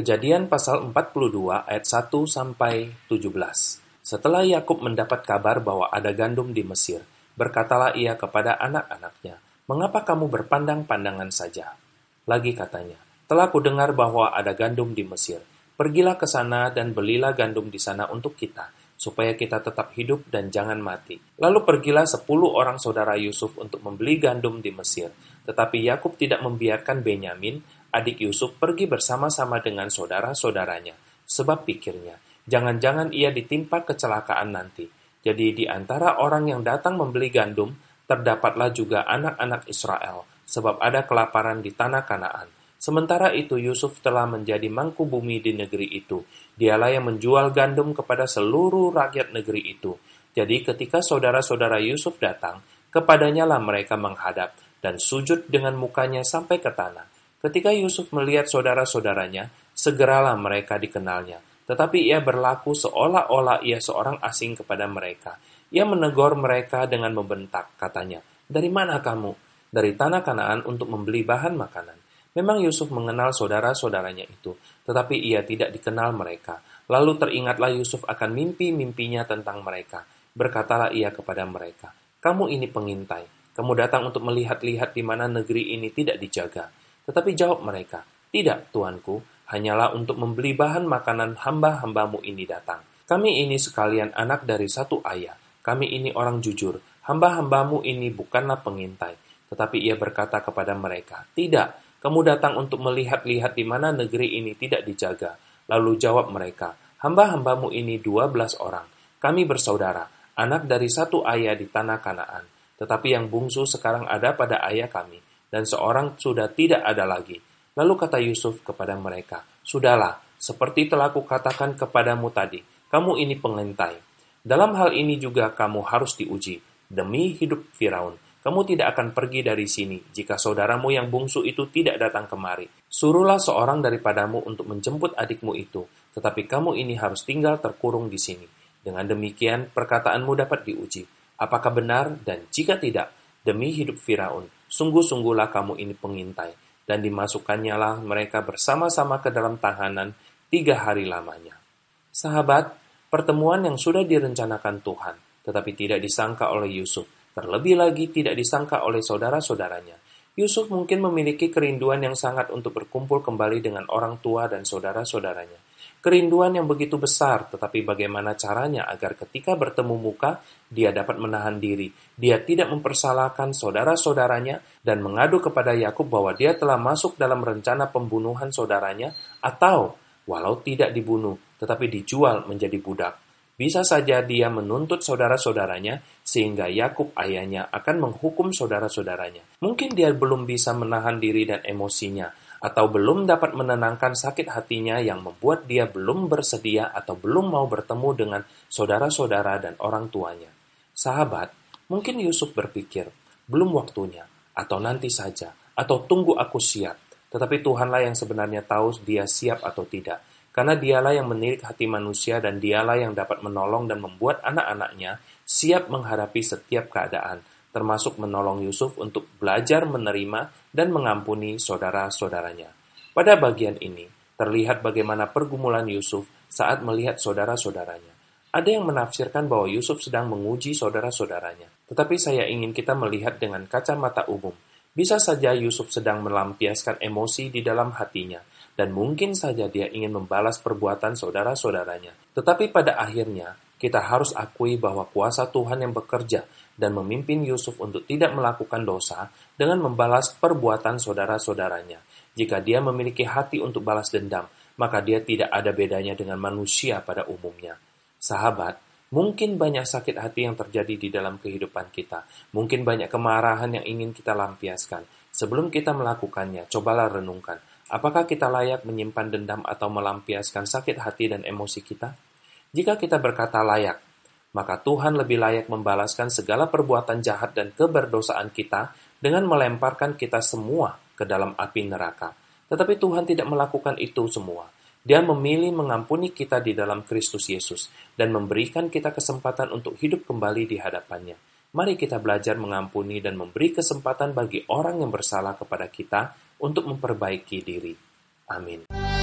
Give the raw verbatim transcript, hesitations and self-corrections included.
Kejadian pasal empat puluh dua ayat satu sampai tujuh belas. Setelah Yakub mendapat kabar bahwa ada gandum di Mesir, berkatalah ia kepada anak-anaknya, "Mengapa kamu berpandang-pandangan saja?" Lagi katanya, "Telah kudengar bahwa ada gandum di Mesir. Pergilah ke sana dan belilah gandum di sana untuk kita, supaya kita tetap hidup dan jangan mati." Lalu pergilah sepuluh orang saudara Yusuf untuk membeli gandum di Mesir. Tetapi Yakub tidak membiarkan Benyamin, adik Yusuf, pergi bersama-sama dengan saudara-saudaranya. Sebab pikirnya, jangan-jangan ia ditimpa kecelakaan nanti. Jadi di antara orang yang datang membeli gandum, terdapatlah juga anak-anak Israel, sebab ada kelaparan di tanah Kanaan. Sementara itu Yusuf telah menjadi mangku bumi di negeri itu. Dialah yang menjual gandum kepada seluruh rakyat negeri itu. Jadi ketika saudara-saudara Yusuf datang, kepadanya lah mereka menghadap, dan sujud dengan mukanya sampai ke tanah. Ketika Yusuf melihat saudara-saudaranya, segeralah mereka dikenalnya. Tetapi ia berlaku seolah-olah ia seorang asing kepada mereka. Ia menegur mereka dengan membentak, katanya, "Dari mana kamu?" "Dari tanah Kanaan untuk membeli bahan makanan." Memang Yusuf mengenal saudara-saudaranya itu, tetapi ia tidak dikenal mereka. Lalu teringatlah Yusuf akan mimpi-mimpinya tentang mereka. Berkatalah ia kepada mereka, "Kamu ini pengintai. Kamu datang untuk melihat-lihat di mana negeri ini tidak dijaga." Tetapi jawab mereka, "Tidak, tuanku, hanyalah untuk membeli bahan makanan hamba-hambamu ini datang. Kami ini sekalian anak dari satu ayah. Kami ini orang jujur. Hamba-hambamu ini bukanlah pengintai." Tetapi ia berkata kepada mereka, "Tidak, kamu datang untuk melihat-lihat di mana negeri ini tidak dijaga." Lalu jawab mereka, "Hamba-hambamu ini dua belas orang. Kami bersaudara, anak dari satu ayah di tanah Kanaan. Tetapi yang bungsu sekarang ada pada ayah kami, dan seorang sudah tidak ada lagi." Lalu kata Yusuf kepada mereka, "Sudahlah, seperti telah kukatakan kepadamu tadi, kamu ini pengintai. Dalam hal ini juga kamu harus diuji. Demi hidup Firaun, kamu tidak akan pergi dari sini jika saudaramu yang bungsu itu tidak datang kemari. Suruhlah seorang daripadamu untuk menjemput adikmu itu, tetapi kamu ini harus tinggal terkurung di sini. Dengan demikian perkataanmu dapat diuji. Apakah benar? Dan jika tidak, demi hidup Firaun, sungguh-sungguhlah kamu ini pengintai." Dan dimasukkannya lah mereka bersama-sama ke dalam tahanan tiga hari lamanya. Sahabat, pertemuan yang sudah direncanakan Tuhan, tetapi tidak disangka oleh Yusuf, terlebih lagi tidak disangka oleh saudara-saudaranya. Yusuf mungkin memiliki kerinduan yang sangat untuk berkumpul kembali dengan orang tua dan saudara-saudaranya. Kerinduan yang begitu besar, tetapi bagaimana caranya agar ketika bertemu muka, dia dapat menahan diri. Dia tidak mempersalahkan saudara-saudaranya dan mengadu kepada Yakub bahwa dia telah masuk dalam rencana pembunuhan saudaranya, atau walau tidak dibunuh, tetapi dijual menjadi budak. Bisa saja dia menuntut saudara-saudaranya, sehingga Yakub ayahnya akan menghukum saudara-saudaranya. Mungkin dia belum bisa menahan diri dan emosinya, atau belum dapat menenangkan sakit hatinya yang membuat dia belum bersedia atau belum mau bertemu dengan saudara-saudara dan orang tuanya. Sahabat, mungkin Yusuf berpikir, belum waktunya, atau nanti saja, atau tunggu aku siap. Tetapi Tuhanlah yang sebenarnya tahu dia siap atau tidak. Karena dialah yang menilik hati manusia dan dialah yang dapat menolong dan membuat anak-anaknya siap menghadapi setiap keadaan, termasuk menolong Yusuf untuk belajar menerima dan mengampuni saudara-saudaranya. Pada bagian ini, terlihat bagaimana pergumulan Yusuf saat melihat saudara-saudaranya. Ada yang menafsirkan bahwa Yusuf sedang menguji saudara-saudaranya, tetapi saya ingin kita melihat dengan kacamata umum. Bisa saja Yusuf sedang melampiaskan emosi di dalam hatinya, dan mungkin saja dia ingin membalas perbuatan saudara-saudaranya. Tetapi pada akhirnya, kita harus akui bahwa kuasa Tuhan yang bekerja dan memimpin Yusuf untuk tidak melakukan dosa dengan membalas perbuatan saudara-saudaranya. Jika dia memiliki hati untuk balas dendam, maka dia tidak ada bedanya dengan manusia pada umumnya. Sahabat, mungkin banyak sakit hati yang terjadi di dalam kehidupan kita. Mungkin banyak kemarahan yang ingin kita lampiaskan. Sebelum kita melakukannya, cobalah renungkan. Apakah kita layak menyimpan dendam atau melampiaskan sakit hati dan emosi kita? Jika kita berkata layak, maka Tuhan lebih layak membalaskan segala perbuatan jahat dan keberdosaan kita dengan melemparkan kita semua ke dalam api neraka. Tetapi Tuhan tidak melakukan itu semua. Dia memilih mengampuni kita di dalam Kristus Yesus dan memberikan kita kesempatan untuk hidup kembali di hadapannya. Mari kita belajar mengampuni dan memberi kesempatan bagi orang yang bersalah kepada kita untuk memperbaiki diri. Amin.